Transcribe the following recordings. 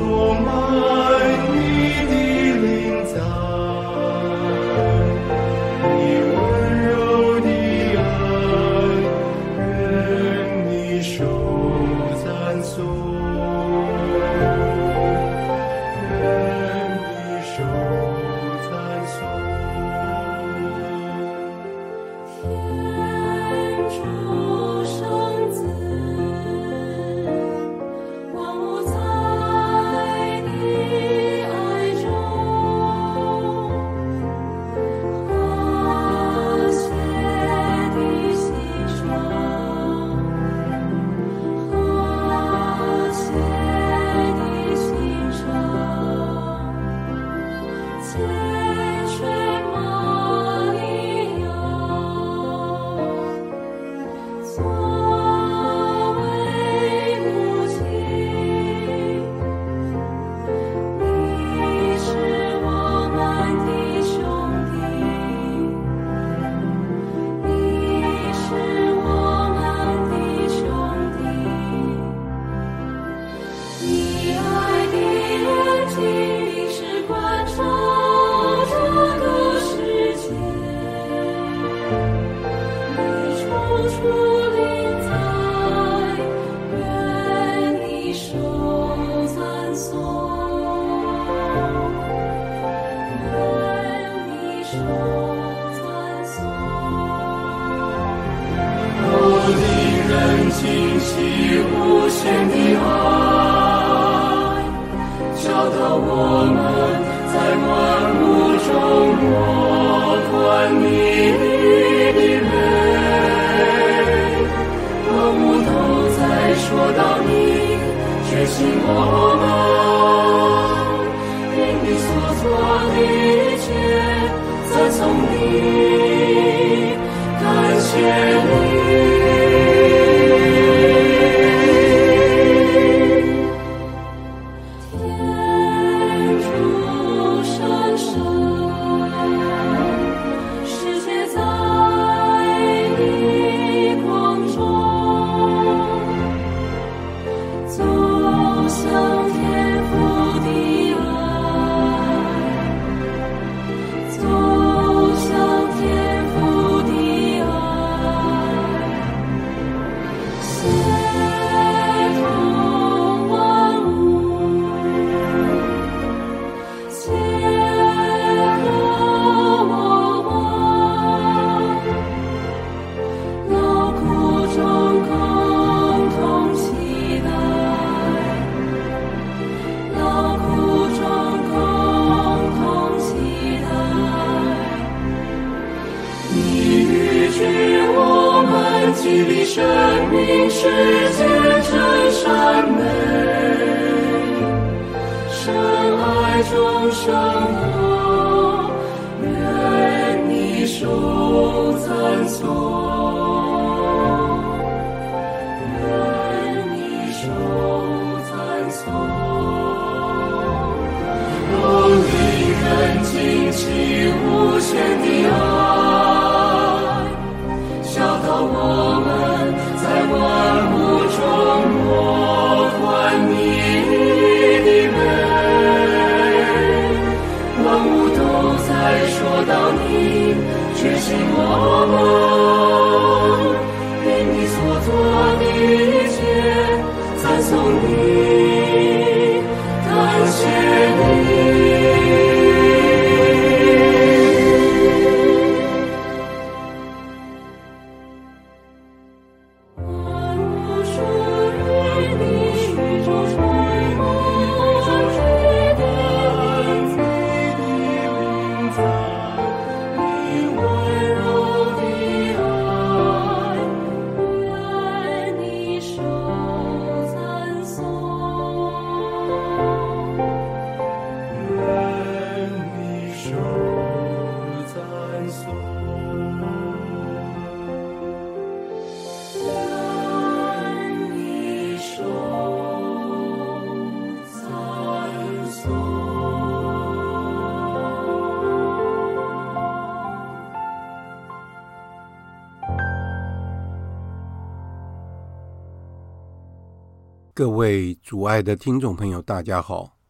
充满你的灵在，你温柔的爱，愿你受赞颂，愿你受赞颂。 天主圣子，万物在你爱中，和谐地欣赏，和谐地欣赏，千水玛利亚，作为母亲，你是我们的兄弟，你是我们的兄弟，你爱的眼睛是观察这个世界，你处处临在，愿你受赞颂，愿你受赞颂。 令人惊奇无限的爱，教导我们在万物中默观你的美，万物都在说到你，觉醒我们，因你所做的一切，赞颂你，感谢你。 天主圣神，世界在你光中，走向天父的爱，走向天父的爱，协同万物，结合我们，劳苦中共同期待，劳苦中共同期待。 你预知我们经历生命世界真善美，深爱中生活，愿你受赞颂，愿你受赞颂。令人惊奇无限的爱，教导我们在万物中默观你的美，万物都在说到你，觉醒我们，因你所做的一切，赞颂你，感谢你。 万物属于你，宇宙充满你的恩赐，你温柔的爱，愿你受赞颂， 愿你受赞颂。 愿你受赞颂。 各位主爱的听众朋友，大家好，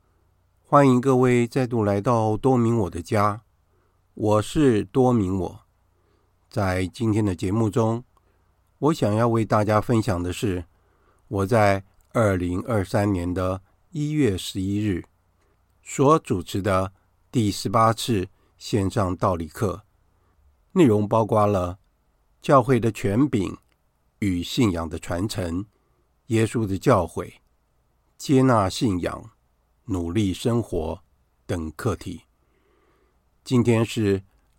欢迎各位再度来到多明我的家，我是多明我。在今天的节目中，我想要为大家分享的是我在2023年的1月11日所主持的第18次线上道理课，内容包括了教会的权柄与信仰的传承、耶稣的教诲、接纳信仰、努力生活等课题。今天是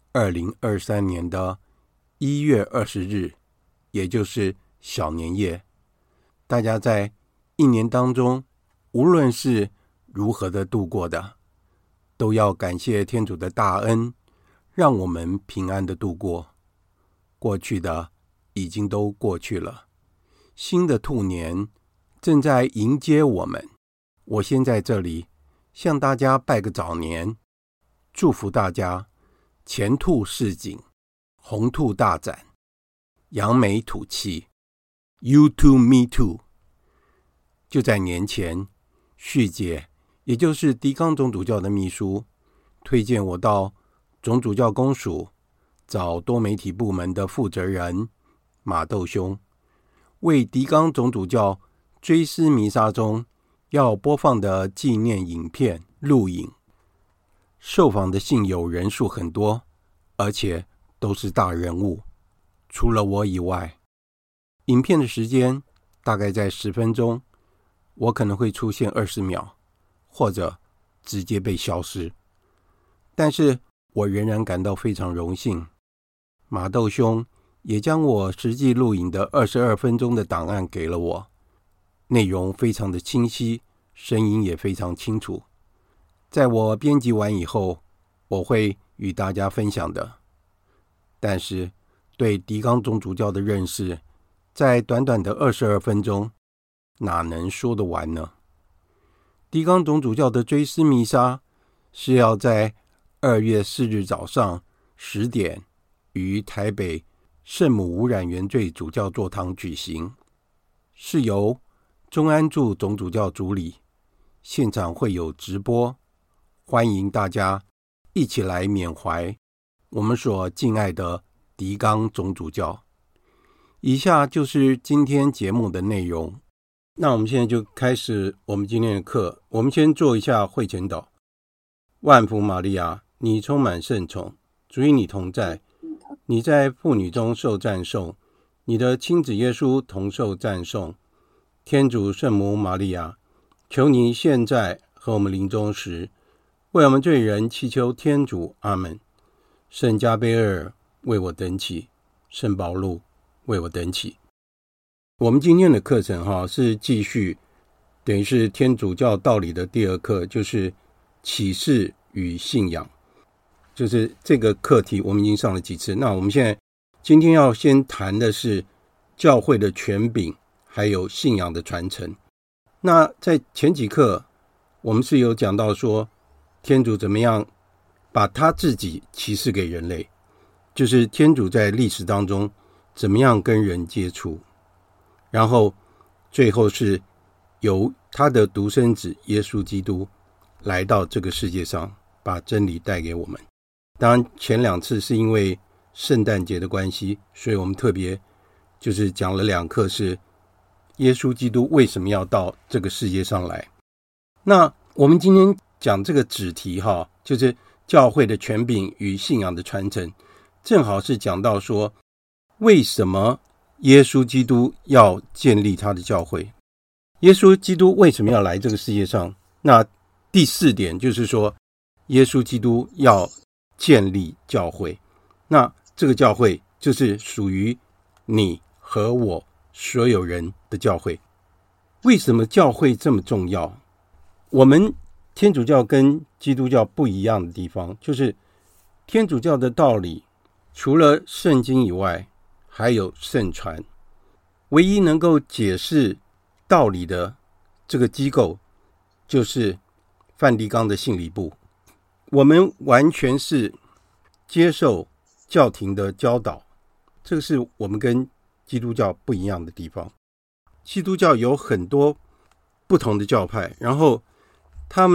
2023年的1月20日，也就是小年夜。大家在一年当中，无论是如何的度过的，都要感谢天主的大恩，让我们平安的度过。过去的已经都过去了，新的兔年正在迎接我们。我先在这里向大家拜个早年，祝福大家前兔似锦，红兔大展，扬眉吐气， You too, me too。 就在年前，旭姐也就是狄刚总主教的秘书推荐我到总主教公署找多媒体部门的负责人马窦兄，为狄刚总主教追思弥撒中要播放的纪念影片录影。受访的信友人数很多，而且都是大人物，除了我以外。影片的时间大概在10分钟，我可能会出现20秒，或者直接被消失。但是我仍然感到非常荣幸，马窦兄也将我实际录影的22分钟的档案给了我，内容非常的清晰，声音也非常清楚。在我编辑完以后，我会与大家分享的。但是对狄刚总主教的认识，在短短的22分钟哪能说得完呢？狄刚总主教的追思弥撒是要在2月4日早上10点于台北圣母无染原罪主教座堂举行，是由钟安柱总主教主理，现场会有直播，欢迎大家一起来缅怀我们所敬爱的狄刚总主教。以下就是今天节目的内容。那我们现在就开始我们今天的课。我们先做一下会前祷。万福玛利亚，你充满圣宠，主与你同在，你在妇女中受赞颂，你的亲子耶稣同受赞颂。天主圣母玛利亚，求你现在和我们临终时，为我们罪人祈求天主。阿们。圣加贝尔为我等起，圣保禄为我等起。我们今天的课程是继续，等于是天主教道理的第2课，就是启示与信仰。就是这个课题我们已经上了几次，那我们今天要先谈的是教会的权柄还有信仰的传承。那在前几课我们是有讲到说，天主怎么样把他自己启示给人类，就是天主在历史当中怎么样跟人接触，然后最后是由他的独生子耶稣基督来到这个世界上，把真理带给我们。当然前2次是因为圣诞节的关系，所以我们特别就是讲了2课，是耶稣基督为什么要到这个世界上来。那我们今天讲这个子题就是教会的权柄与信仰的传承，正好是讲到说为什么耶稣基督要建立他的教会，耶稣基督为什么要来这个世界上。那第4点就是说，耶稣基督要建立教会，那这个教会就是属于你和我所有人的教会。为什么教会这么重要？我们天主教跟基督教不一样的地方，就是天主教的道理除了圣经以外还有圣传，唯一能够解释道理的这个机构就是梵蒂冈的信理部。我们完全是接受教廷的教导，这个是我们跟基督教不一样的地方。基督教有很多不同的教派，然后他们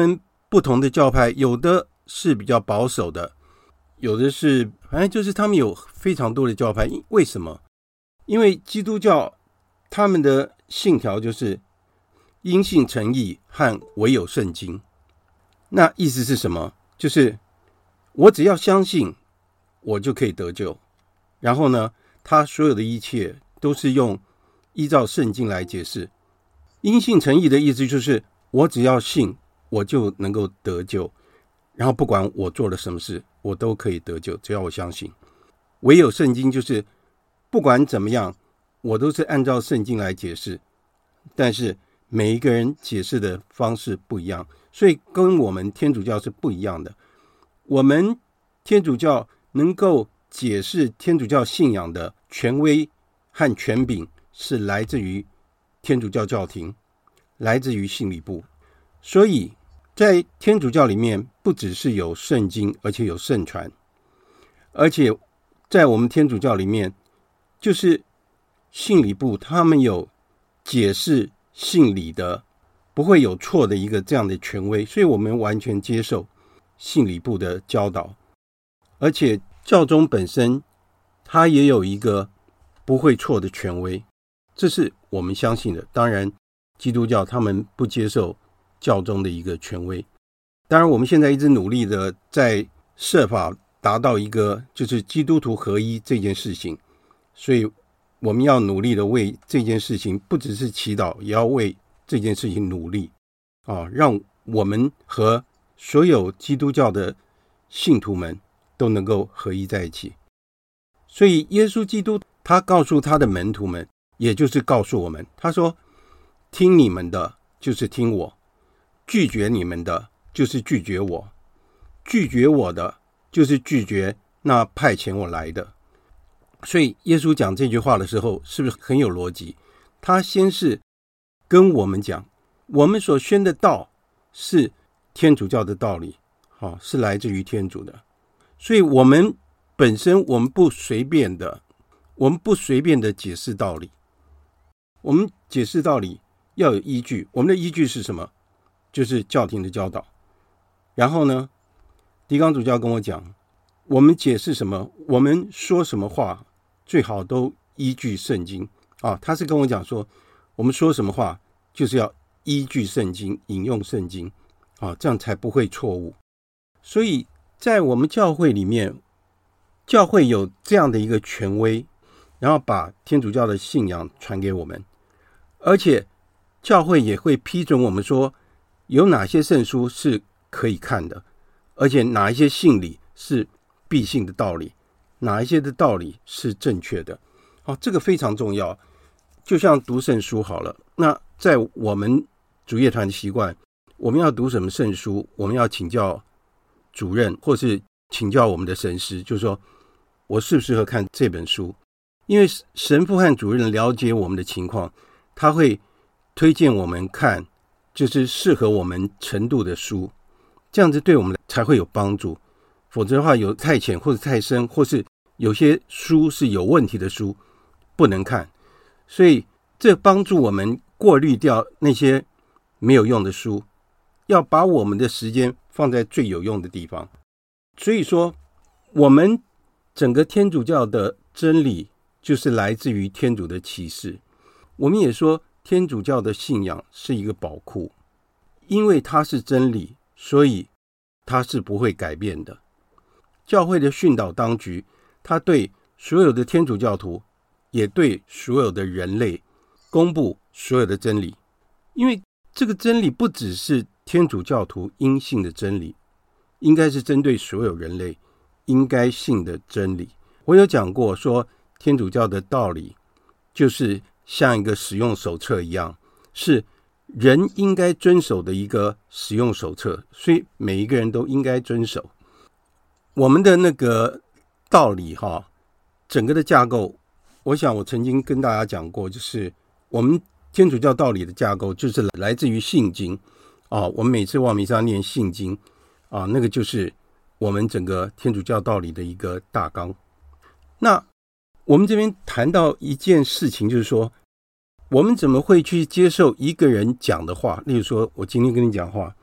不同的教派，有的是比较保守的，有的是反正就是他们有非常多的教派。为什么？因为基督教他们的信条就是因信称义和唯有圣经。那意思是什么？就是我只要相信，我就可以得救。然后呢，他所有的一切都是依照圣经来解释。因信称义的意思就是我只要信，我就能够得救，然后不管我做了什么事，我都可以得救，只要我相信。唯有圣经就是不管怎么样，我都是按照圣经来解释，但是每一个人解释的方式不一样，所以跟我们天主教是不一样的。我们天主教能够解释天主教信仰的权威和权柄是来自于天主教教廷，来自于信理部。所以在天主教里面不只是有圣经，而且有圣传，而且在我们天主教里面就是信理部他们有解释信理的不会有错的一个这样的权威，所以我们完全接受信理部的教导。而且教宗本身他也有一个不会错的权威，这是我们相信的。当然基督教他们不接受教宗的一个权威。当然我们现在一直努力的在设法达到一个就是基督徒合一这件事情，所以我们要努力的为这件事情不只是祈祷，也要为这件事情努力让我们和所有基督教的信徒们都能够合一在一起。所以耶稣基督他告诉他的门徒们，也就是告诉我们，他说听你们的就是听我，拒绝你们的就是拒绝我，拒绝我的就是拒绝那派遣我来的。所以耶稣讲这句话的时候是不是很有逻辑？他先是跟我们讲，我们所宣的道是天主教的道理，是来自于天主的。所以我们本身我们不随便的解释道理，我们解释道理要有依据。我们的依据是什么？就是教廷的教导。然后呢，狄刚主教跟我讲，我们解释什么，我们说什么话最好都依据圣经他是跟我讲说，我们说什么话就是要依据圣经，引用圣经这样才不会错误。所以在我们教会里面，教会有这样的一个权威，然后把天主教的信仰传给我们，而且教会也会批准我们说有哪些圣书是可以看的，而且哪一些信理是必信的道理，哪一些的道理是正确的这个非常重要。就像读圣书好了，那在我们主业团的习惯，我们要读什么圣书，我们要请教主任或是请教我们的神师，就是说我适不适合看这本书。因为神父和主任了解我们的情况，他会推荐我们看就是适合我们程度的书，这样子对我们才会有帮助。否则的话，有太浅或者太深，或是有些书是有问题的书不能看，所以这帮助我们过滤掉那些没有用的书，要把我们的时间放在最有用的地方。所以说我们整个天主教的真理就是来自于天主的启示。我们也说天主教的信仰是一个宝库，因为它是真理，所以它是不会改变的。教会的训导当局，它对所有的天主教徒，也对所有的人类公布所有的真理。因为这个真理不只是天主教徒应信的真理，应该是针对所有人类应该信的真理。我有讲过说，天主教的道理就是像一个使用手册一样，是人应该遵守的一个使用手册，所以每一个人都应该遵守。我们的那个道理整个的架构，我想我曾经跟大家讲过，就是我们天主教道理的架构就是来自于信经我们每次望弥撒念信经那个就是我们整个天主教道理的一个大纲。那我们这边谈到一件事情，就是说我们怎么会去接受一个人讲的话。例如说我今天跟你讲话，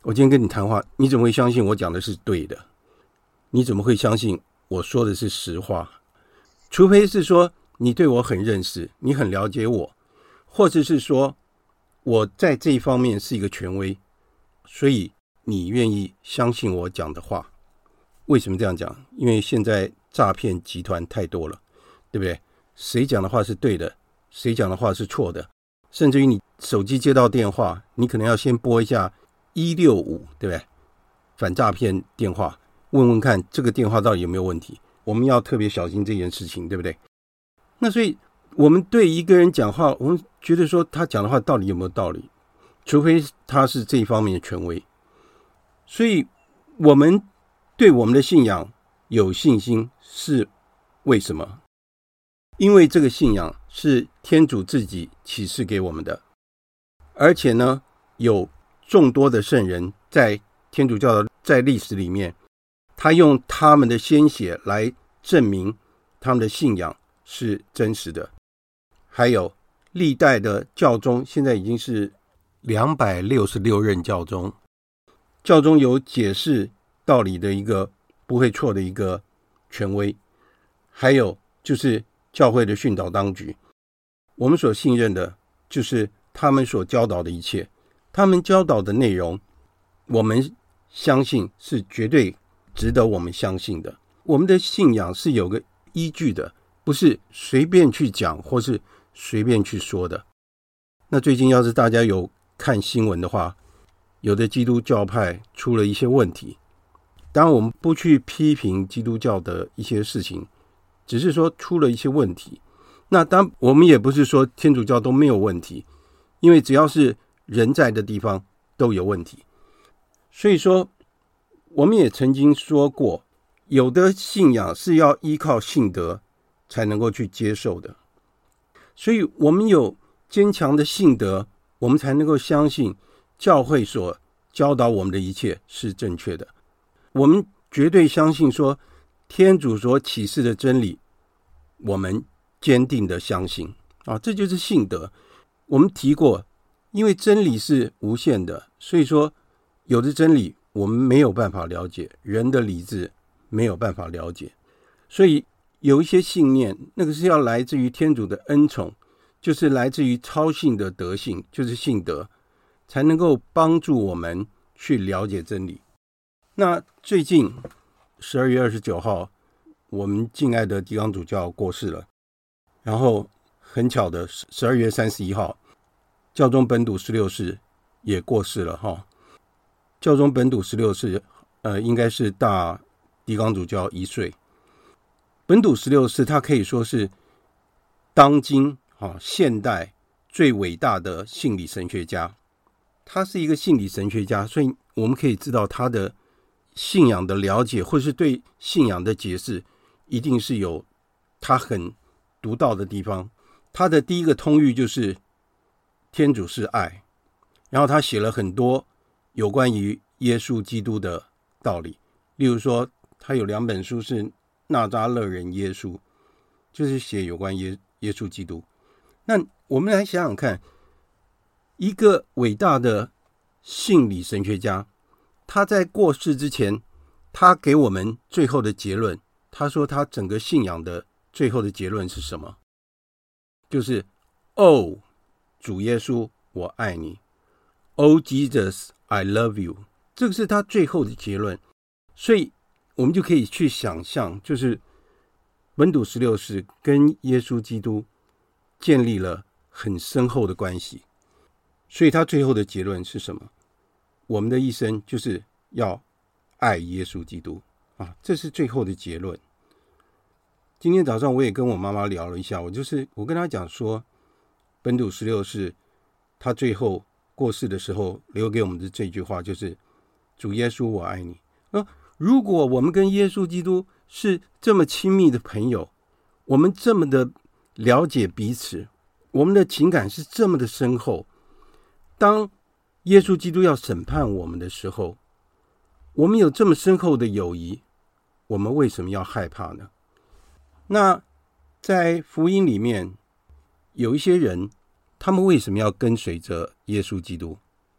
我今天跟你谈话，你怎么会相信我讲的是对的？你怎么会相信我说的是实话？除非是说你对我很认识，你很了解我，或者是说我在这一方面是一个权威，所以你愿意相信我讲的话。为什么这样讲？因为现在诈骗集团太多了，对不对？谁讲的话是对的，谁讲的话是错的，甚至于你手机接到电话，你可能要先拨一下165，对不对？反诈骗电话，问问看这个电话到底有没有问题。我们要特别小心这件事情，对不对？那所以我们对一个人讲话，我们觉得说他讲的话到底有没有道理，除非他是这一方面的权威。所以我们对我们的信仰有信心是为什么？因为这个信仰是天主自己启示给我们的，而且呢，有众多的圣人在天主教的在历史里面，他用他们的鲜血来证明他们的信仰是真实的。还有历代的教宗，现在已经是266任教宗，教宗有解释道理的一个不会错的一个权威。还有就是教会的训导当局，我们所信任的就是他们所教导的一切，他们教导的内容我们相信是绝对值得我们相信的。我们的信仰是有个依据的，不是随便去讲或是随便去说的。那最近要是大家有看新闻的话，有的基督教派出了一些问题，当然我们不去批评基督教的一些事情，只是说出了一些问题。那当然我们也不是说天主教都没有问题，因为只要是人在的地方都有问题。所以说我们也曾经说过，有的信仰是要依靠信德才能够去接受的，所以我们有坚强的信德，我们才能够相信教会所教导我们的一切是正确的。我们绝对相信说天主所启示的真理，我们坚定的相信这就是信德。我们提过，因为真理是无限的，所以说有的真理我们没有办法了解，人的理智没有办法了解，所以有一些信念，那个是要来自于天主的恩宠，就是来自于超性的德性，就是信德，才能够帮助我们去了解真理。那最近12月29号，我们敬爱的狄刚主教过世了，然后很巧的12月31号，教宗本笃16世也过世了哈。教宗本笃16世应该是大狄刚主教1岁。本笃16世他可以说是当今现代最伟大的信理神学家，他是一个信理神学家，所以我们可以知道他的信仰的了解或是对信仰的解释一定是有他很独到的地方。他的第一个通谕就是天主是爱，然后他写了很多有关于耶稣基督的道理，例如说他有2本书是纳匝勒人耶稣，就是写有关耶稣基督。那我们来想想看，一个伟大的信理神学家，他在过世之前，他给我们最后的结论，他说他整个信仰的最后的结论是什么？就是主耶稣我爱你， Jesus I love you， 这个是他最后的结论。所以我们就可以去想象，就是本笃16世跟耶稣基督建立了很深厚的关系，所以他最后的结论是什么？我们的一生就是要爱耶稣基督这是最后的结论。今天早上我也跟我妈妈聊了一下，我跟她讲说，本笃16世他最后过世的时候留给我们的这句话就是主耶稣我爱你。如果我们跟耶稣基督是这么亲密的朋友，我们这么的了解彼此，我们的情感是这么的深厚，当耶稣基督要审判我们的时候，我们有这么深厚的友谊，我们为什么要害怕呢？那在福音里面有一些人，他们为什么要跟随着耶稣基督？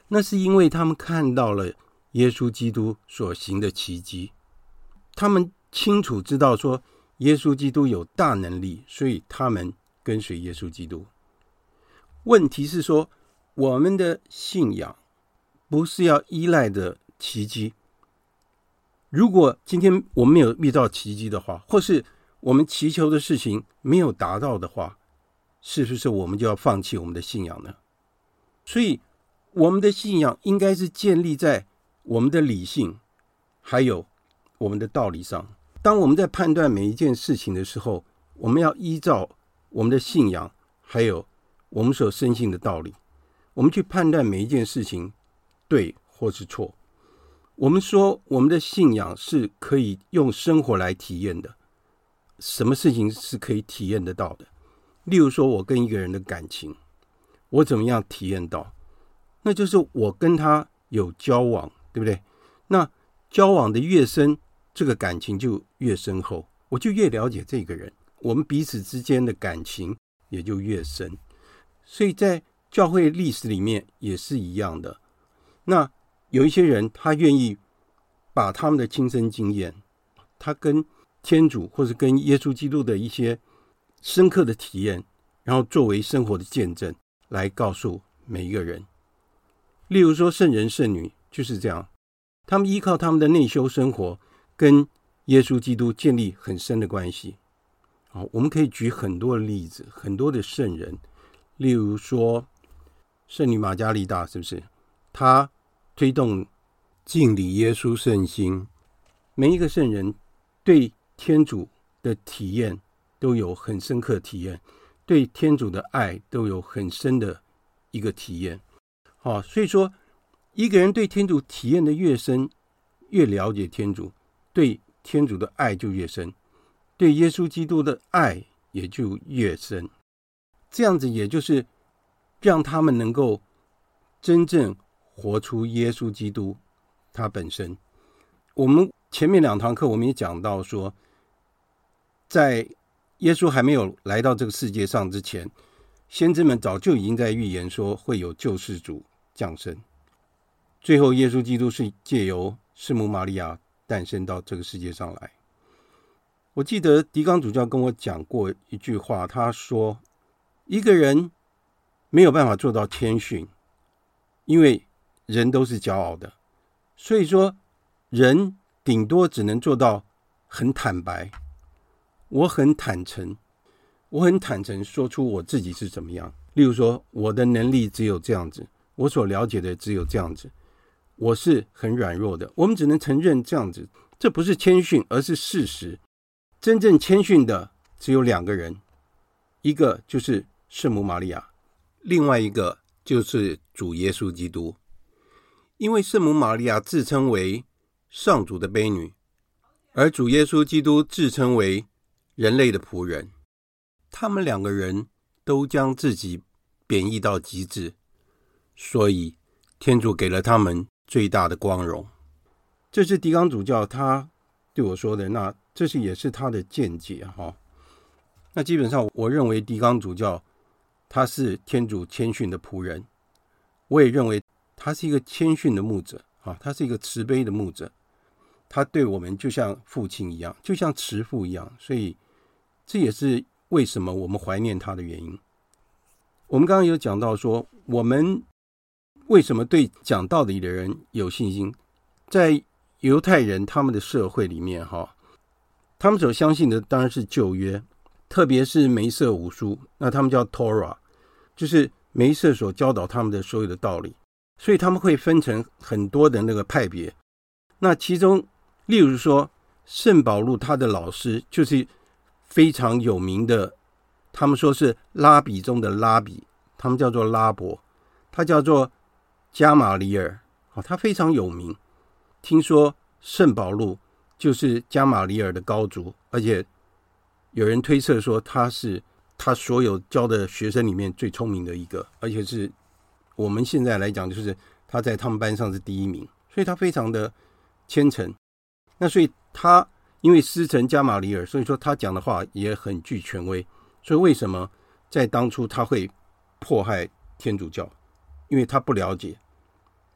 那是因为他们看到了耶稣基督所行的奇迹，他们清楚知道说耶稣基督有大能力，所以他们跟随耶稣基督。问题是说，我们的信仰不是要依赖的奇迹。如果今天我们没有遇到奇迹的话，或是我们祈求的事情没有达到的话，是不是我们就要放弃我们的信仰呢？所以我们的信仰应该是建立在我们的理性还有我们的道理上。当我们在判断每一件事情的时候，我们要依照我们的信仰还有我们所深信的道理，我们去判断每一件事情对或是错。我们说我们的信仰是可以用生活来体验的，什么事情是可以体验得到的？例如说我跟一个人的感情，我怎么样体验到？那就是我跟他有交往，对不对？那交往的越深，这个感情就越深厚，我就越了解这个人，我们彼此之间的感情也就越深。所以在教会历史里面也是一样的。那有一些人他愿意把他们的亲身经验，他跟天主或是跟耶稣基督的一些深刻的体验，然后作为生活的见证来告诉每一个人。例如说圣人圣女就是这样，他们依靠他们的内修生活跟耶稣基督建立很深的关系。我们可以举很多的例子，很多的圣人，例如说圣女玛加丽大，是不是？他推动敬礼耶稣圣心，每一个圣人对天主的体验都有很深刻的体验，对天主的爱都有很深的一个体验。所以说一个人对天主体验的越深，越了解天主，对天主的爱就越深，对耶稣基督的爱也就越深。这样子也就是让他们能够真正活出耶稣基督他本身。我们前面2堂课我们也讲到说，在耶稣还没有来到这个世界上之前，先知们早就已经在预言说会有救世主降生。最后耶稣基督是借由圣母玛利亚诞生到这个世界上来。我记得狄刚主教跟我讲过一句话，他说一个人没有办法做到谦逊，因为人都是骄傲的，所以说人顶多只能做到很坦白，我很坦诚说出我自己是怎么样。例如说我的能力只有这样子，我所了解的只有这样子，我是很软弱的，我们只能承认这样子。这不是谦逊，而是事实。真正谦逊的只有2个人，一个就是圣母玛利亚，另外一个就是主耶稣基督。因为圣母玛利亚自称为上主的婢女，而主耶稣基督自称为人类的仆人，他们2个人都将自己贬义到极致，所以天主给了他们最大的光荣。这是狄刚主教他对我说的，那这也是他的见解。那基本上我认为狄刚主教他是天主谦逊的仆人，我也认为他是一个谦逊的牧者，他是一个慈悲的牧者，他对我们就像父亲一样，就像慈父一样，所以这也是为什么我们怀念他的原因。我们刚刚有讲到说，我们为什么对讲道理的人有信心。在犹太人他们的社会里面，他们所相信的当然是旧约，特别是梅瑟五书，那他们叫 Torah， 就是梅瑟所教导他们的所有的道理，所以他们会分成很多的那个派别。那其中例如说圣保禄他的老师就是非常有名的，他们说是拉比中的拉比，他们叫做拉伯，他叫做加马里尔，他非常有名。听说圣保禄就是加马里尔的高足，而且有人推测说他是他所有教的学生里面最聪明的一个，而且是我们现在来讲就是他在他们班上是第1名，所以他非常的虔诚。那所以他因为师承加马里尔，所以说他讲的话也很具权威。所以为什么在当初他会迫害天主教？因为他不了解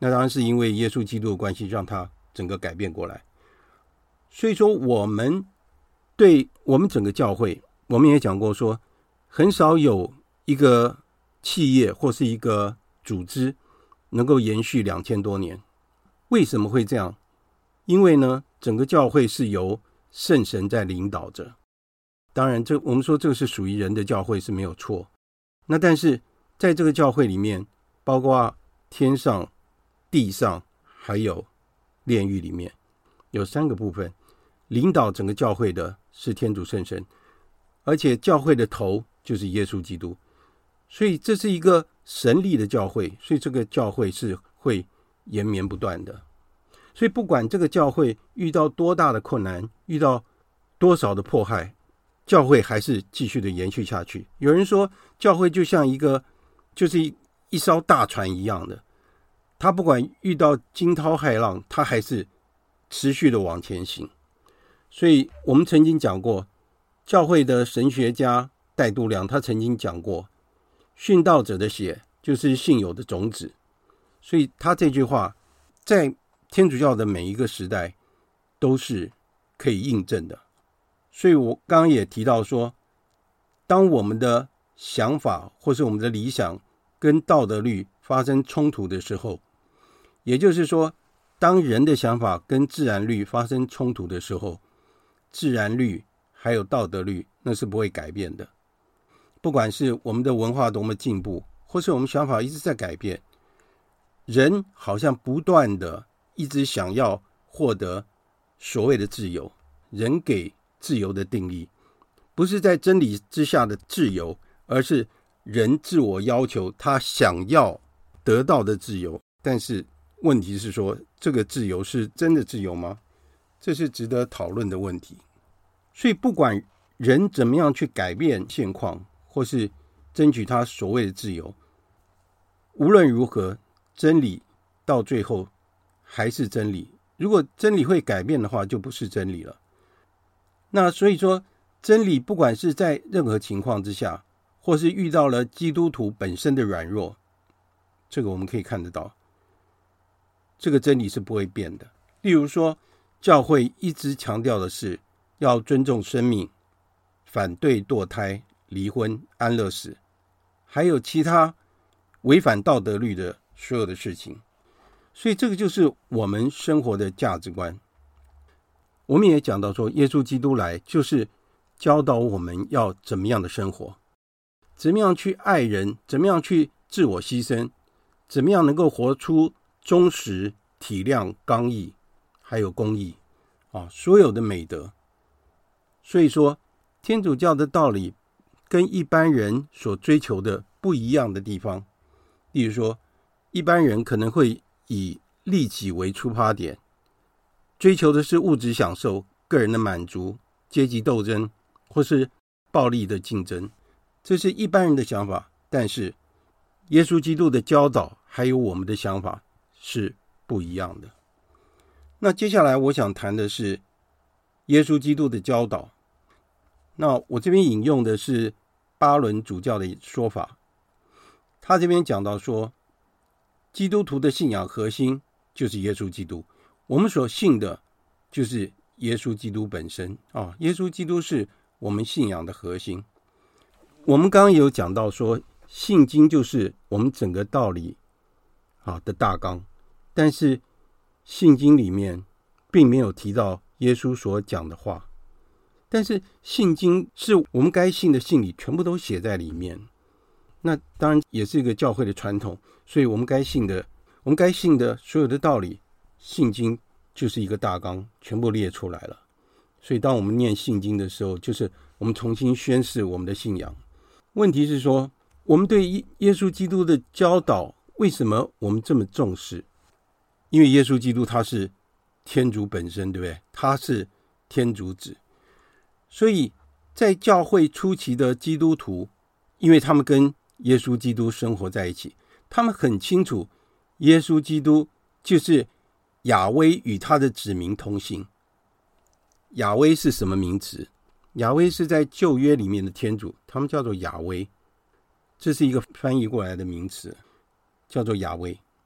那当然是因为耶稣基督的关系，让它整个改变过来。所以说我们对我们整个教会，我们也讲过说，很少有一个企业或是一个组织能够延续2000多年。为什么会这样？因为呢，整个教会是由圣神在领导着。当然我们说这个是属于人的教会是没有错。那但是在这个教会里面，包括天上、地上还有炼狱里面，有3个部分。领导整个教会的是天主圣神，而且教会的头就是耶稣基督。所以这是一个神力的教会，所以这个教会是会延绵不断的。所以不管这个教会遇到多大的困难，遇到多少的迫害，教会还是继续的延续下去。有人说教会就像就是一艘大船一样的，它不管遇到惊涛骇浪，它还是持续的往前行。所以我们曾经讲过，教会的神学家戴度良他曾经讲过，殉道者的血就是信友的种子。所以他这句话在天主教的每一个时代都是可以印证的。所以我刚刚也提到说，当我们的想法或是我们的理想跟道德律发生冲突的时候，也就是说，当人的想法跟自然律发生冲突的时候，自然律还有道德律那是不会改变的。不管是我们的文化多么进步，或是我们想法一直在改变，人好像不断的一直想要获得所谓的自由。人给自由的定义不是在真理之下的自由，而是人自我要求他想要得到的自由。但是问题是说，这个自由是真的自由吗？这是值得讨论的问题。所以不管人怎么样去改变现况，或是争取他所谓的自由，无论如何，真理到最后还是真理。如果真理会改变的话，就不是真理了。那所以说，真理不管是在任何情况之下，或是遇到了基督徒本身的软弱，这个我们可以看得到，这个真理是不会变的。例如说，教会一直强调的是要尊重生命，反对堕胎、离婚、安乐死，还有其他违反道德律的所有的事情。所以这个就是我们生活的价值观。我们也讲到说，耶稣基督来就是教导我们要怎么样的生活，怎么样去爱人，怎么样去自我牺牲，怎么样能够活出忠实、体谅、刚毅还有公义所有的美德。所以说，天主教的道理跟一般人所追求的不一样的地方，例如说，一般人可能会以利己为出发点，追求的是物质享受、个人的满足、阶级斗争或是暴力的竞争，这是一般人的想法。但是耶稣基督的教导还有我们的想法是不一样的。那接下来我想谈的是耶稣基督的教导。那我这边引用的是巴伦主教的说法，他这边讲到说，基督徒的信仰核心就是耶稣基督，我们所信的就是耶稣基督本身耶稣基督是我们信仰的核心。我们刚刚有讲到说，信经就是我们整个道理的大纲，但是信经里面并没有提到耶稣所讲的话，但是信经是我们该信的信理全部都写在里面。那当然也是一个教会的传统，所以我们该信的所有的道理，信经就是一个大纲，全部列出来了。所以当我们念信经的时候，就是我们重新宣示我们的信仰。问题是说，我们对耶稣基督的教导为什么我们这么重视？因为耶稣基督他是天主本身，对不对？他是天主子。所以在教会初期的基督徒，因为他们跟耶稣基督生活在一起，他们很清楚耶稣基督就是亚威与他的子民同行。亚威是什么名词？亚威是在旧约里面的天主，他们叫做亚威，这是一个翻译过来的名词，叫做亚威。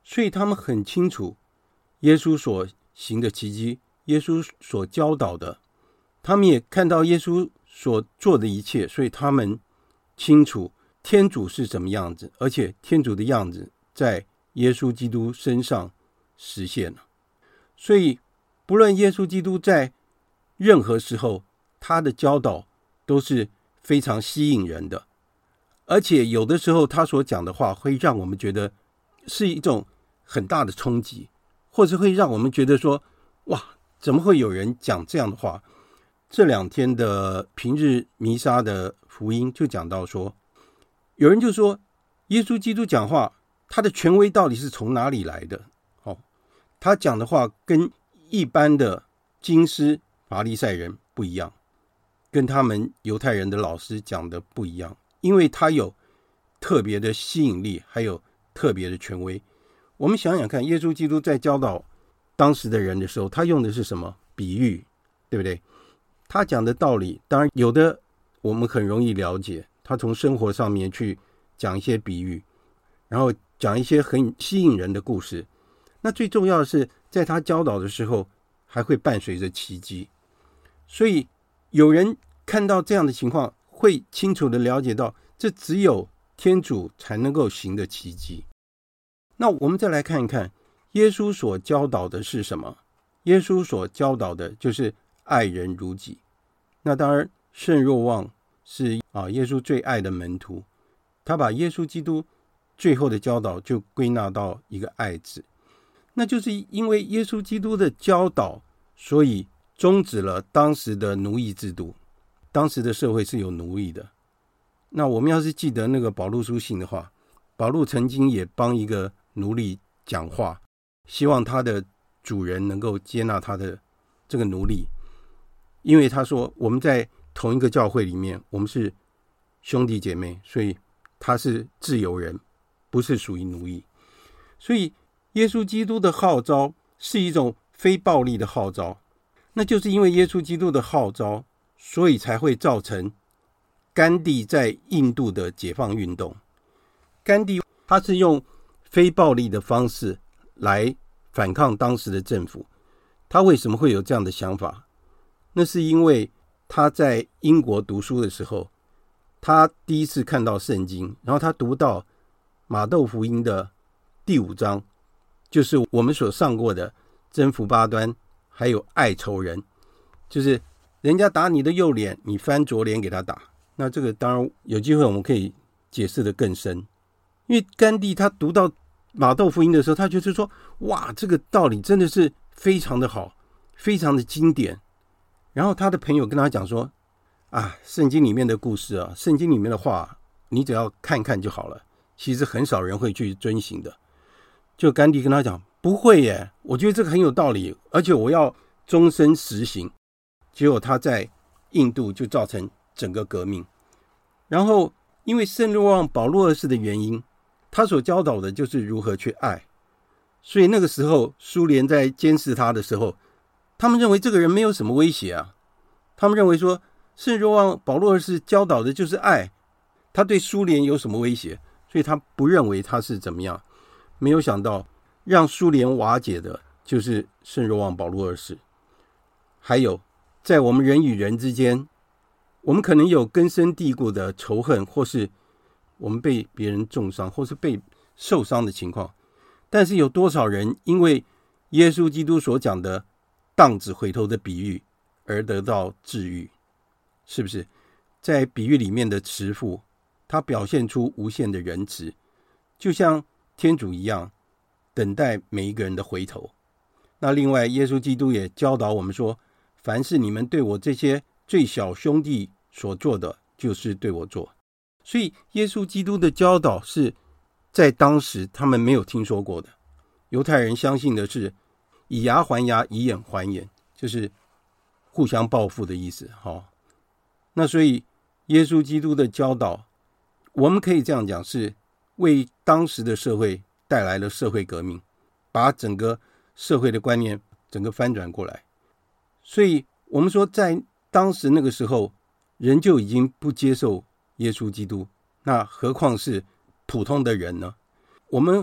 所以他们很清楚耶稣所行的奇迹，耶稣所教导的，他们也看到耶稣所做的一切，所以他们清楚天主是什么样子，而且天主的样子在耶稣基督身上实现了。所以不论耶稣基督在任何时候，他的教导都是非常吸引人的，而且有的时候他所讲的话会让我们觉得是一种很大的冲击，或者会让我们觉得说，哇，怎么会有人讲这样的话。这2天的平日弥撒的福音就讲到说，有人就说耶稣基督讲话他的权威到底是从哪里来的。他讲的话跟一般的经师法利赛人不一样，跟他们犹太人的老师讲的不一样，因为他有特别的吸引力，还有特别的权威。我们想想看，耶稣基督在教导当时的人的时候，他用的是什么比喻，对不对？他讲的道理当然有的我们很容易了解，他从生活上面去讲一些比喻，然后讲一些很吸引人的故事。那最重要的是在他教导的时候还会伴随着奇迹，所以有人看到这样的情况会清楚的了解到，这只有天主才能够行的奇迹。那我们再来看一看耶稣所教导的是什么。耶稣所教导的就是爱人如己。那当然圣若望是耶稣最爱的门徒，他把耶稣基督最后的教导就归纳到一个爱字。那就是因为耶稣基督的教导，所以终止了当时的奴役制度。当时的社会是有奴役的。那我们要是记得那个保禄书信的话，保禄曾经也帮一个奴隶讲话，希望他的主人能够接纳他的这个奴隶，因为他说我们在同一个教会里面，我们是兄弟姐妹，所以他是自由人，不是属于奴役。所以耶稣基督的号召是一种非暴力的号召，那就是因为耶稣基督的号召，所以才会造成甘地在印度的解放运动。甘地他是用非暴力的方式来反抗当时的政府。他为什么会有这样的想法？那是因为他在英国读书的时候，他第一次看到圣经，然后他读到马窦福音的第5章，就是我们所上过的征服8端，还有爱仇人，就是人家打你的右脸，你翻左脸给他打。那这个当然有机会我们可以解释得更深，因为甘地他读到马窦福音的时候，他就是说，哇，这个道理真的是非常的好，非常的经典。然后他的朋友跟他讲说，圣经里面的故事圣经里面的话，你只要看看就好了，其实很少人会去遵行的。就甘地跟他讲，不会耶，我觉得这个很有道理，而且我要终身实行。结果他在印度就造成整个革命。然后因为圣若望保禄二世的原因，他所教导的就是如何去爱，所以那个时候苏联在监视他的时候，他们认为这个人没有什么威胁啊，他们认为说圣若望保禄二世教导的就是爱，他对苏联有什么威胁，所以他不认为他是怎么样。没有想到让苏联瓦解的就是圣若望保禄二世。还有在我们人与人之间，我们可能有根深蒂固的仇恨，或是我们被别人重伤，或是被受伤的情况，但是有多少人因为耶稣基督所讲的荡子回头的比喻而得到治愈？是不是？在比喻里面的慈父，他表现出无限的仁慈，就像天主一样，等待每一个人的回头。那另外耶稣基督也教导我们说，凡是你们对我这些最小兄弟所做的，就是对我做。所以耶稣基督的教导是在当时他们没有听说过的。犹太人相信的是以牙还牙，以眼还眼，就是互相报复的意思。那所以耶稣基督的教导，我们可以这样讲，是为当时的社会带来了社会革命，把整个社会的观念整个翻转过来。所以我们说在当时那个时候，人就已经不接受耶稣基督，那何况是普通的人呢？我们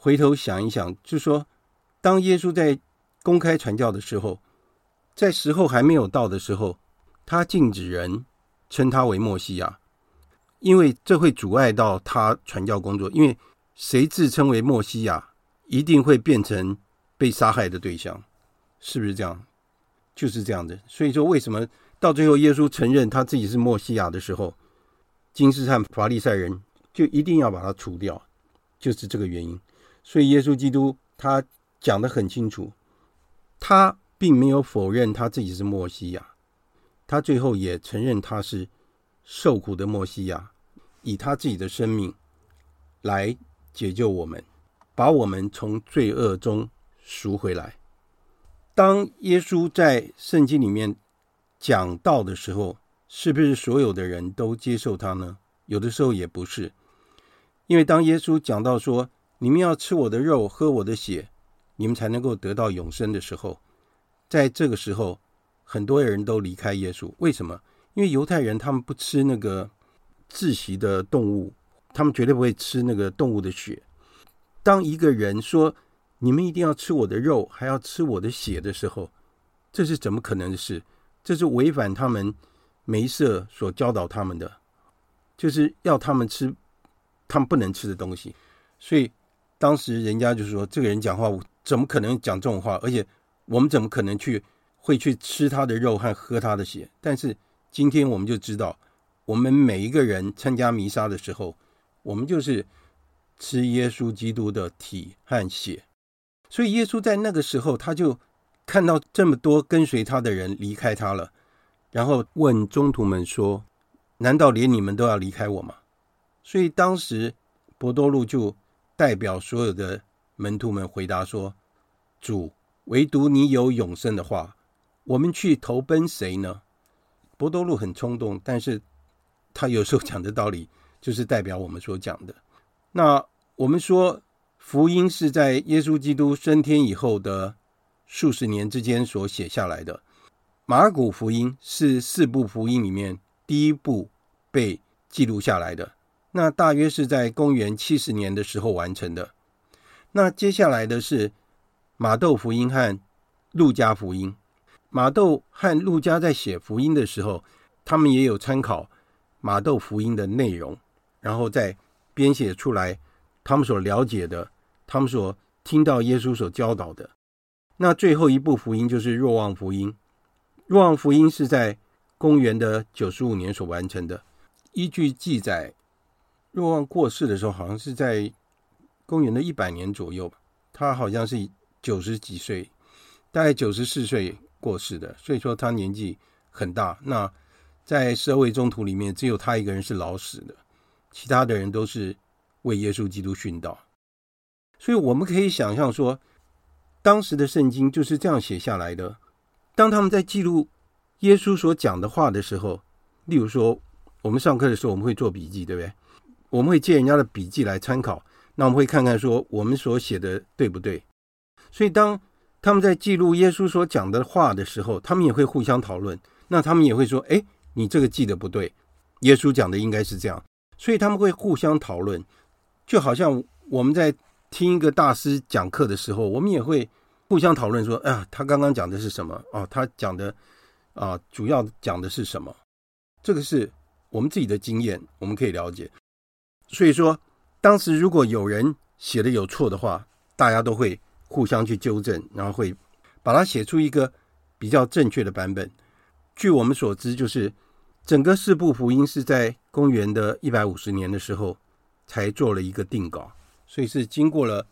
回头想一想，就是说当耶稣在公开传教的时候，在时候还没有到的时候，他禁止人称他为默西亚，因为这会阻碍到他传教工作，因为谁自称为默西亚一定会变成被杀害的对象，是不是这样？就是这样的。所以说为什么到最后耶稣承认他自己是默西亚的时候，金士和法利赛人就一定要把他除掉，就是这个原因。所以耶稣基督他讲得很清楚，他并没有否认他自己是默西亚，他最后也承认他是受苦的默西亚，以他自己的生命来解救我们，把我们从罪恶中赎回来。当耶稣在圣经里面讲道的时候，是不是所有的人都接受他呢？有的时候也不是。因为当耶稣讲到说，你们要吃我的肉，喝我的血，你们才能够得到永生的时候，在这个时候很多人都离开耶稣。为什么？因为犹太人他们不吃那个窒息的动物，他们绝对不会吃那个动物的血。当一个人说你们一定要吃我的肉，还要吃我的血的时候，这是怎么可能的事？这是违反他们梅瑟所教导他们的，就是要他们吃他们不能吃的东西。所以当时人家就说，这个人讲话怎么可能讲这种话，而且我们怎么可能会去吃他的肉和喝他的血？但是今天我们就知道，我们每一个人参加弥撒的时候，我们就是吃耶稣基督的体和血。所以耶稣在那个时候，他就看到这么多跟随他的人离开他了，然后问宗徒们说，难道连你们都要离开我吗？所以当时伯多禄就代表所有的门徒们回答说，主，唯独你有永生的话，我们去投奔谁呢？伯多禄很冲动，但是他有时候讲的道理就是代表我们所讲的。那我们说福音是在耶稣基督升天以后的数十年之间所写下来的。马尔谷福音是4部福音里面第一部被记录下来的，那大约是在公元70年的时候完成的。那接下来的是马窦福音和路加福音。马窦和路加在写福音的时候，他们也有参考马窦福音的内容，然后再编写出来他们所了解的，他们所听到耶稣所教导的。那最后一部福音就是若望福音。若望福音是在公元的95年所完成的。依据记载，若望过世的时候好像是在公元的100年左右，他好像是90几岁，大概94岁过世的，所以说他年纪很大。那在12位宗徒里面，只有他一个人是老死的，其他的人都是为耶稣基督殉道。所以我们可以想象说，当时的圣经就是这样写下来的。当他们在记录耶稣所讲的话的时候，例如说我们上课的时候我们会做笔记，对不对？我们会借人家的笔记来参考，那我们会看看说我们所写的对不对。所以当他们在记录耶稣所讲的话的时候，他们也会互相讨论，那他们也会说，你这个记得不对，耶稣讲的应该是这样。所以他们会互相讨论，就好像我们在听一个大师讲课的时候，我们也会互相讨论说，他刚刚讲的是什么？他讲的主要讲的是什么？这个是我们自己的经验，我们可以了解。所以说，当时如果有人写的有错的话，大家都会互相去纠正，然后会把它写出一个比较正确的版本。据我们所知，就是整个4部福音是在公元的150年的时候才做了一个定稿，所以是经过了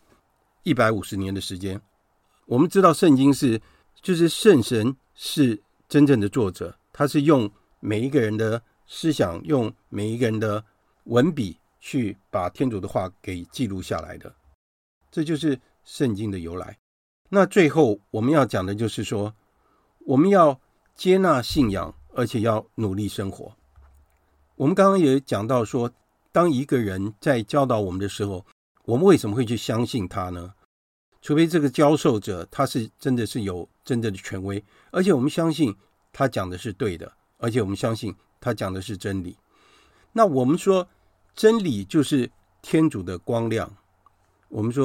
150年的时间。我们知道圣经就是圣神是真正的作者，他是用每一个人的思想，用每一个人的文笔去把天主的话给记录下来的，这就是圣经的由来。那最后我们要讲的就是说，我们要接纳信仰，而且要努力生活。我们刚刚也讲到说，当一个人在教导我们的时候，我们为什么会去相信他呢？除非这个教授者他是真的是有真正的权威，而且我们相信他讲的是对的，而且我们相信他讲的是真理。那我们说真理就是天主的光亮，我们说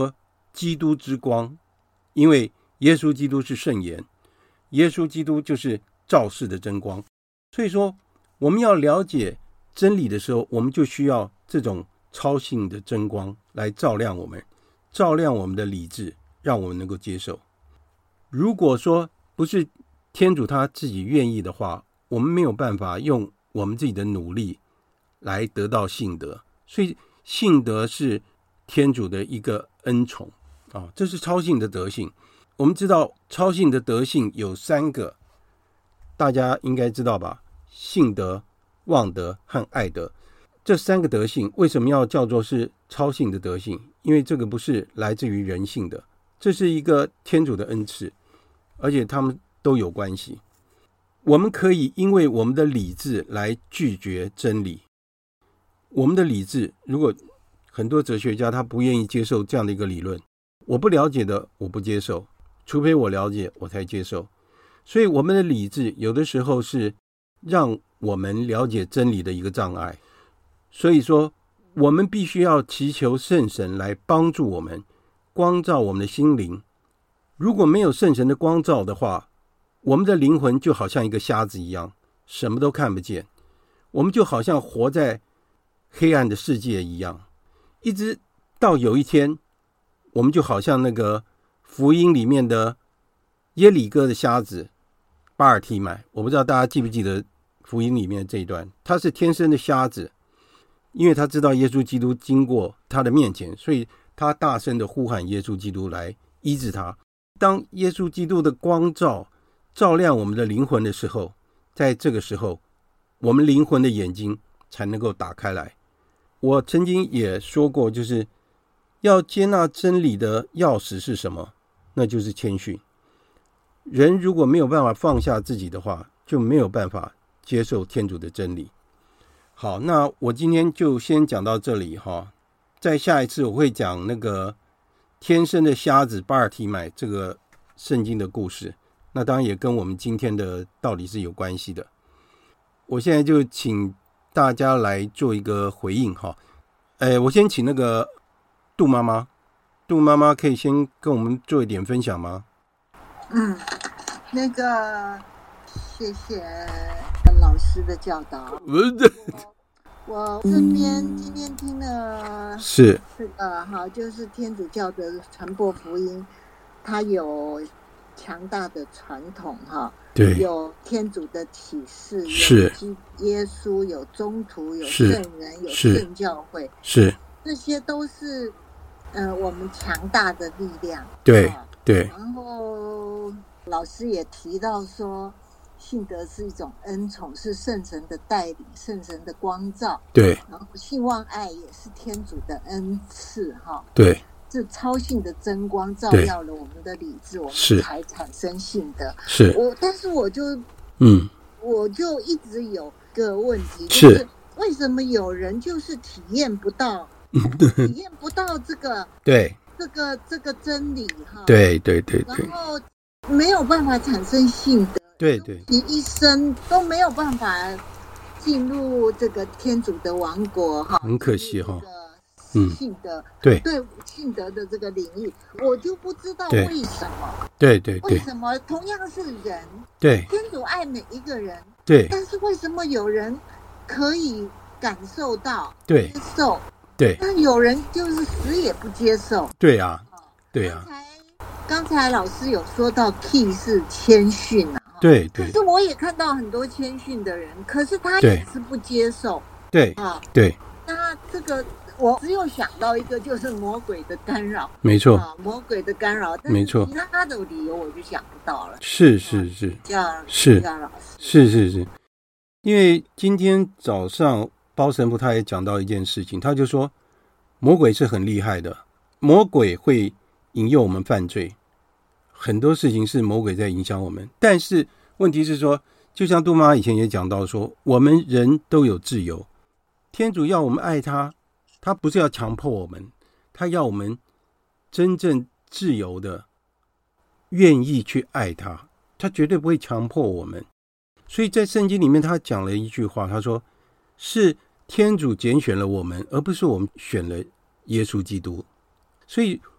基督之光，因为耶稣基督是圣言，耶稣基督就是照世的真光。所以说我们要了解真理的时候，我们就需要这种超性的真光来照亮我们，照亮我们的理智，让我们能够接受。如果说不是天主他自己愿意的话，我们没有办法用我们自己的努力来得到信德。所以信德是天主的一个恩宠啊，这是超性的德性。我们知道超性的德性有3个，大家应该知道吧？信德、望德和爱德。这3个德性为什么要叫做是超性的德性？因为这个不是来自于人性的，这是一个天主的恩赐，而且他们都有关系。我们可以因为我们的理智来拒绝真理。我们的理智，如果很多哲学家他不愿意接受这样的一个理论，我不了解的我不接受，除非我了解我才接受。所以我们的理智有的时候是让我们了解真理的一个障碍。所以说我们必须要祈求圣神来帮助我们，光照我们的心灵。如果没有圣神的光照的话，我们的灵魂就好像一个瞎子一样，什么都看不见。我们就好像活在黑暗的世界一样，一直到有一天，我们就好像那个福音里面的耶里哥的瞎子巴尔提买。我不知道大家记不记得福音里面的这一段，他是天生的瞎子，因为他知道耶稣基督经过他的面前，所以他大声的呼喊耶稣基督来医治他。当耶稣基督的光照亮我们的灵魂的时候，在这个时候我们灵魂的眼睛才能够打开来。我曾经也说过，就是要接纳真理的钥匙是什么？那就是谦逊。人如果没有办法放下自己的话，就没有办法接受天主的真理。好，那我今天就先讲到这里哈。在下一次我会讲那个天生的瞎子巴尔提买这个圣经的故事，那当然也跟我们今天的道理是有关系的。我现在就请大家来做一个回应哈。我先请那个杜妈妈可以先跟我们做一点分享吗？ 那个谢谢老师的教导。我身边今天听了是这个就是天主教的传播福音，它有强大的传统对， 有天主的启示， 是有耶稣，有宗徒，有圣人，有圣教会， 是这些都是我们强大的力量。 对对。 然后老师也提到说，信德是一种恩宠，是圣神的带领，圣神的光照。 对。 然后信望爱也是天主的恩赐对。 是超性的真光照耀了我们的理智，我们才产生信德。 是。 但是我就一直有个问题，就是为什么有人就是体验不到这个对这个真理对， 然后没有办法产生信德， 对， 你一生都没有办法进入这个天主的王国很可惜信德对信德的这个领域，我就不知道为什么。对，为什么同样是人， 对， 天主爱每一个人， 对， 但是为什么有人可以感受到接受， 对， 那有人就是死也不接受。 对啊。 刚才老师有说到 key 是谦逊对， 可是我也看到很多谦逊的人，可是他也是不接受。 对， 那这个我只有想到一个，就是魔鬼的干扰。 没错， 魔鬼的干扰， 没错， 其他的理由我就想不到了。 是， 老师是，因为今天早上包神父他也讲到一件事情，他就说魔鬼是很厉害的，魔鬼会引诱我们犯罪，很多事情是魔鬼在影响我们。但是问题是说，就像杜妈以前也讲到说，我们人都有自由，天主要我们爱他，他不是要强迫我们，他要我们真正自由的愿意去爱他，他绝对不会强迫我们。所以在圣经里面他讲了一句话，他说是天主拣选了我们，而不是我们选了耶稣基督。所以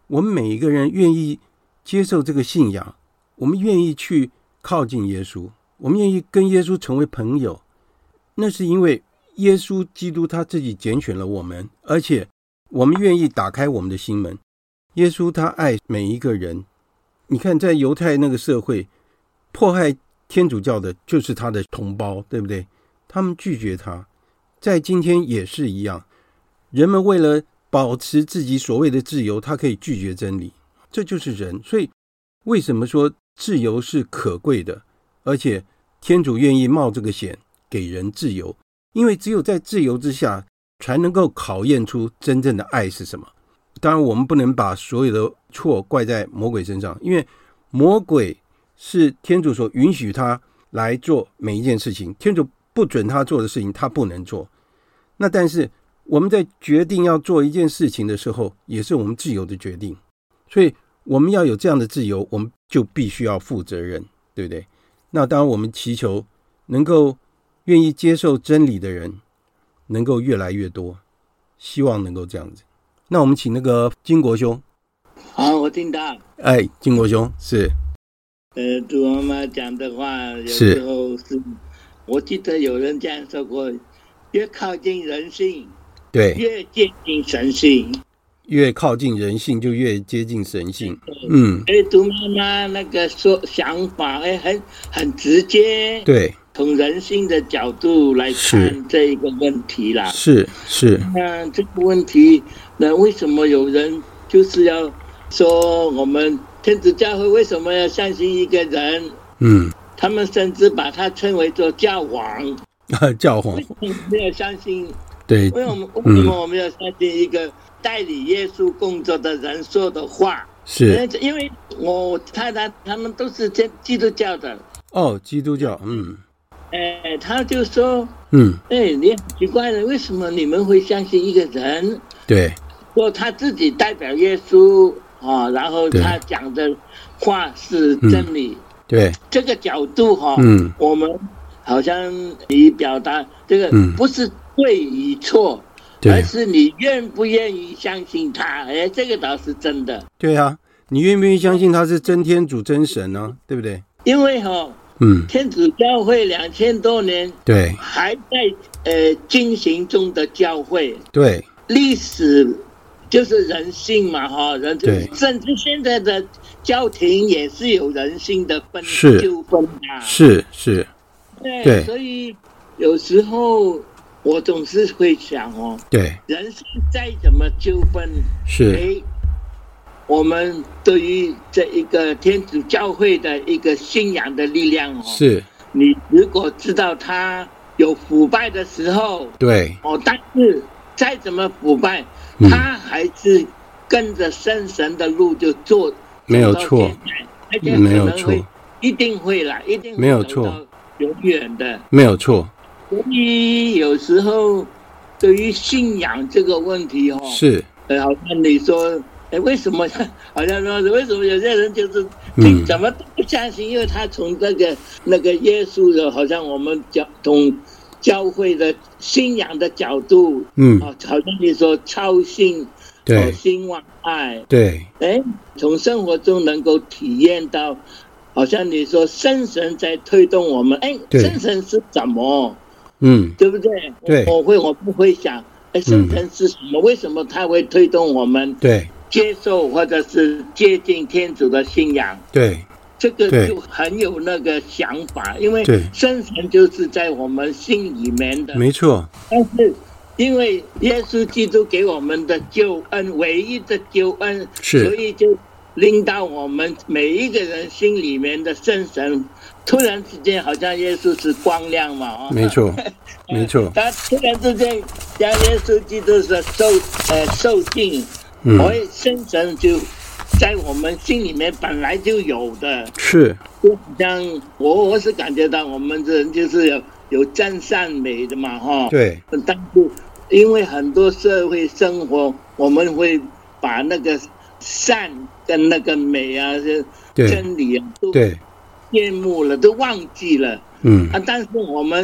我们每一个人愿意接受这个信仰，我们愿意去靠近耶稣，我们愿意跟耶稣成为朋友，那是因为耶稣基督他自己拣选了我们，而且我们愿意打开我们的心门。耶稣他爱每一个人，你看在犹太那个社会，迫害天主教的就是他的同胞，对不对？他们拒绝他，在今天也是一样，人们为了保持自己所谓的自由，他可以拒绝真理，这就是人。所以为什么说自由是可贵的，而且天主愿意冒这个险给人自由，因为只有在自由之下才能够考验出真正的爱是什么。当然我们不能把所有的错怪在魔鬼身上，因为魔鬼是天主所允许他来做每一件事情，天主不准他做的事情他不能做。那但是我们在决定要做一件事情的时候，也是我们自由的决定，所以我们要有这样的自由，我们就必须要负责任，对不对？那当然我们祈求能够愿意接受真理的人能够越来越多，希望能够这样子。那我们请那个金国兄。 好，我听到。 哎，金国兄是。 主妈妈讲的话，有时候是，我记得有人这样说过，越靠近人性， 对， 越接近神性。 越靠近人性，就越接近神性。 主妈妈那个说想法，很直接。 对。 从人性的角度来看这个问题啦， 是。 那这个问题，那为什么有人就是要说我们天主教会为什么要相信一个人？他们甚至把他称为做教皇。 教皇。 为什么没有相信？ 对。 为什么我们要相信一个代理耶稣工作的人说的话？ 是。 因为我太太他们都是基督教的。 哦，基督教， 他就说，你很奇怪了，为什么你们会相信一个人？ 对， 说他自己代表耶稣然后他讲的话是真理。对，这个角度我们好像你表达这个不是对与错，而是你愿不愿意相信他？这个倒是真的。 对啊，你愿不愿意相信他是真天主真神呢？对不对？ 因为天主教会2000多年， 对， 还在进行中的教会， 对， 历史就是人性嘛，对，甚至现在的教廷也是有人性的纠纷啊， 是， 对，所以有时候我总是会想对， 人性再怎么纠纷， 是。 我们对于这一个天主教会的一个信仰的力量是， 你如果知道它有腐败的时候， 对， 但是再怎么腐败，它还是跟着圣神的路就做， 没有错，没有错， 一定会来，一定会没有错， 永远的， 没有错。 所以有时候对于信仰这个问题是， 好像你说。为什么好像说为什么有些人就是怎么都不相信？因为他从那个耶稣的，好像我们从教会的信仰的角度，好像你说超信， 对， 兴旺爱， 对， 从生活中能够体验到，好像你说圣神在推动我们，圣神是什么？对不对？ 对， 我不会想，圣神是什么？为什么他会推动我们？ 对。 接受或者是接近天主的信仰， 对， 这个就很有那个想法，因为圣神就是在我们心里面的， 没错。 但是因为耶稣基督给我们的救恩，唯一的救恩，所以就令到我们每一个人心里面的圣神，突然之间好像耶稣是光亮嘛， 没错，没错。 他突然之间将耶稣基督是受尽。圣神就在我们心里面本来就有的， 是， 就好像我是感觉到我们这人就是有真善美的嘛， 对。 但是因为很多社会生活，我们会把那个善跟那个美啊、真理啊，都羡慕了，都忘记了。但是我们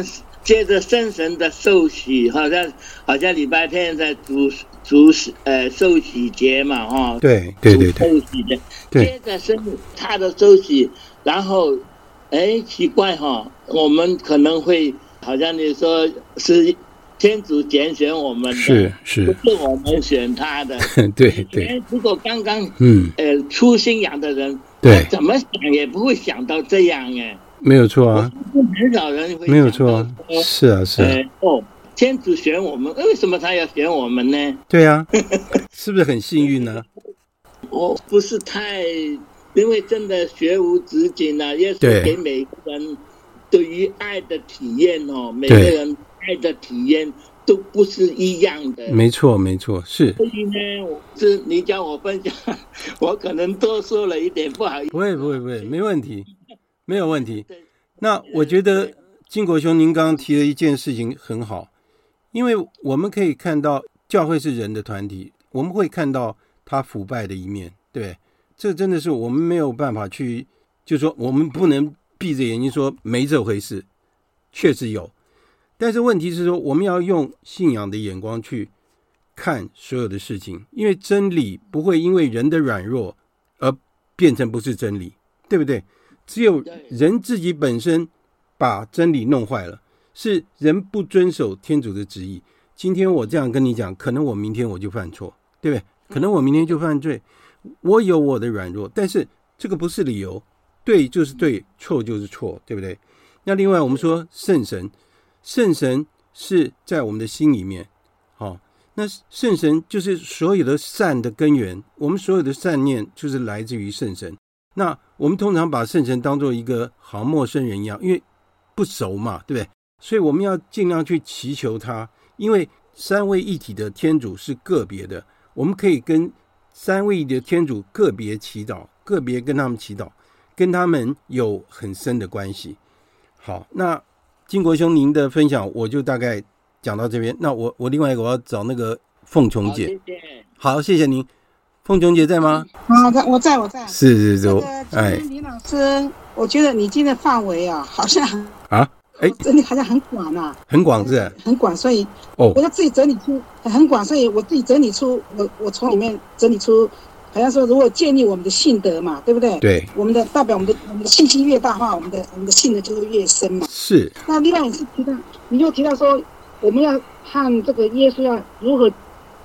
借着圣神的受洗，好像礼拜天在受洗节嘛， 对， 受洗节，接着他的受洗，然后奇怪我们可能会好像你说是天主拣选我们的， 是不是我们选他的。 对。 如果刚刚初信仰的人，怎么想也不会想到这样没有错啊， 很少人会没有错啊，是啊。 天主选我们，为什么他要选我们呢？ 对啊，是不是很幸运呢？ 我不是太，因为真的学无止境啊，耶稣给每个人对于爱的体验每个人爱的体验都不是一样的。 没错，是。 所以呢，你叫我分享，我可能多说了一点，不好意思。 不会，没问题，没有问题。那我觉得金国兄您刚刚提了一件事情很好，因为我们可以看到教会是人的团体，我们会看到他腐败的一面，对，这真的是我们没有办法去，就是说我们不能闭着眼睛说没这回事，确实有。但是问题是说，我们要用信仰的眼光去看所有的事情，因为真理不会因为人的软弱而变成不是真理，对不对？只有人自己本身把真理弄坏了，是人不遵守天主的旨意。今天我这样跟你讲，可能我明天我就犯错，对不对？可能我明天就犯罪，我有我的软弱，但是这个不是理由，对就是对，错就是错，对不对？那另外我们说圣神是在我们的心里面，那圣神就是所有的善的根源，我们所有的善念就是来自于圣神。那我们通常把圣神当作一个好陌生人一样，因为不熟嘛，对不对？所以我们要尽量去祈求他，因为三位一体的天主是个别的，我们可以跟三位一体的天主个别祈祷，个别跟他们祈祷，跟他们有很深的关系。好，那金国兄您的分享我就大概讲到这边。那我另外一个我要找那个凤琼姐。好，谢谢您。凤琼姐在吗？ 我在。 是。 今天李老师，我觉得你今天的范围好像真的好像很广啊， 很广是？ 很广，所以我要自己整理出很广，所以我自己整理出我从里面整理出，好像说如果建立我们的信德嘛，对不对？ 对， 我们的代表我们的信心越大化，我们的信德就会越深嘛。 是。 那另外你又提到说，我们要和这个耶稣要如何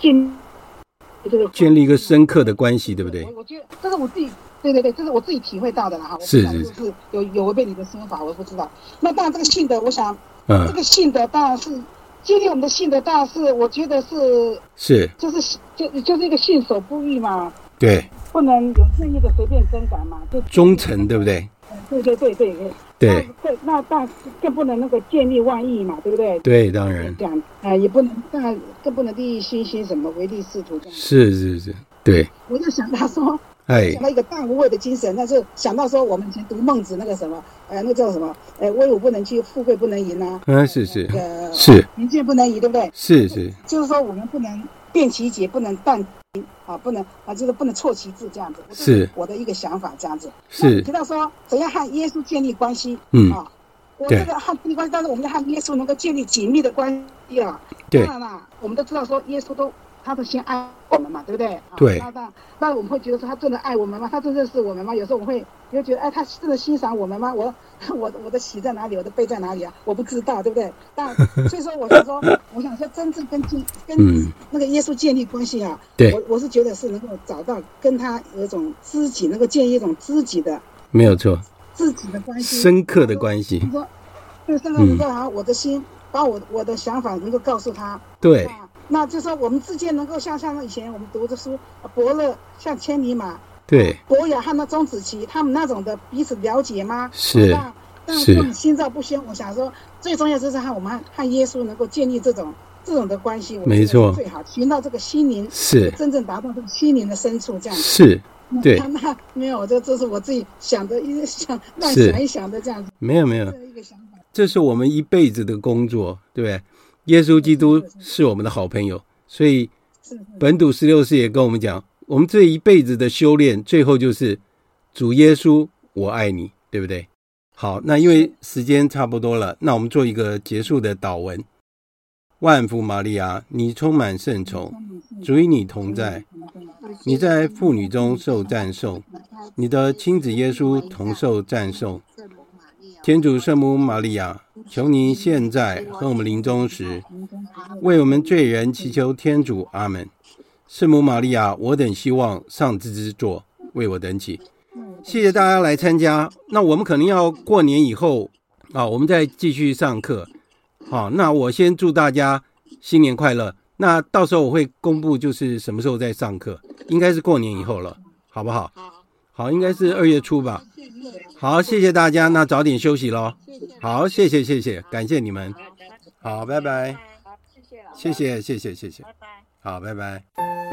建立一个深刻的关系，对不对？ 我觉得这是我自己，对，这是我自己体会到的啦哈。 是就是有违背你的说法，我不知道。那当然，这个信德，我想，这个信德当然是建立我们的信德，当然是我觉得是就是一个信守不渝嘛。 对， 不能有任意的随便更改嘛，就忠诚，对不对？ 对，那当然更不能那个建立万益嘛，对不对？ 对，当然这样也不能，当然更不能利益熏心什么唯利是图这样。 是，对。 我就想到说，想到一个大无畏的精神，那就想到说我们以前读孟子那个什么，那个叫什么？威武不能屈，富贵不能淫啊。 是， 贫贱不能移，对不对？ 是， 就是说我们不能变其节，不能淡。不能就是不能错其志这样子，是我的一个想法这样子。是提到说怎样和耶稣建立关系，我这个和建立关系，但是我们要和耶稣能够建立紧密的关系啊。当然啦，我们都知道说耶稣他都先爱我们嘛，对不对？ 对。 那我们会觉得说他真的爱我们吗？他真的认识我们吗？有时候我们会觉得，他真的欣赏我们吗？我的喜在哪里？我的悲在哪里啊？我不知道，对不对？所以说我想说，真正跟那个耶稣建立关系啊，对，我是觉得是能够找到跟他有一种知己，能够建立一种知己的， 没有错， 知己的关系， 深刻的关系。 你说，对，深刻能够好，我的心把我的想法能够告诉他， 对。 那就是说，我们之间能够像以前我们读的书，伯乐像千里马， 对， 伯牙和那钟子期他们那种的彼此了解吗？ 是， 但是心照不宣。我想说，最重要就是和耶稣能够建立这种的关系， 没错， 最好寻到这个心灵， 是真正达到这个心灵的深处，这样子是。对， 那没有，这是我自己想的，一直想一想的这样子。 没有，这是我们一辈子的工作，对不对？耶稣基督是我们的好朋友，所以本笃16世也跟我们讲，我们这一辈子的修炼，最后就是主耶稣，我爱你，对不对？ 好，那因为时间差不多了，那我们做一个结束的祷文。万福玛利亚，你充满圣宠，主与你同在，你在妇女中受赞颂，你的亲子耶稣同受赞颂。天主圣母玛利亚，求您现在和我们临终时，为我们罪人祈求天主。阿们。圣母玛利亚，我等希望上智之座，为我等起。谢谢大家来参加。那我们可能要过年以后我们再继续上课。好，那我先祝大家新年快乐。那到时候我会公布就是什么时候再上课，应该是过年以后了，好不好？好，应该是2月初吧。好，谢谢大家，那早点休息咯。好，谢谢，感谢你们。好，拜拜。谢谢，拜拜。好，拜拜。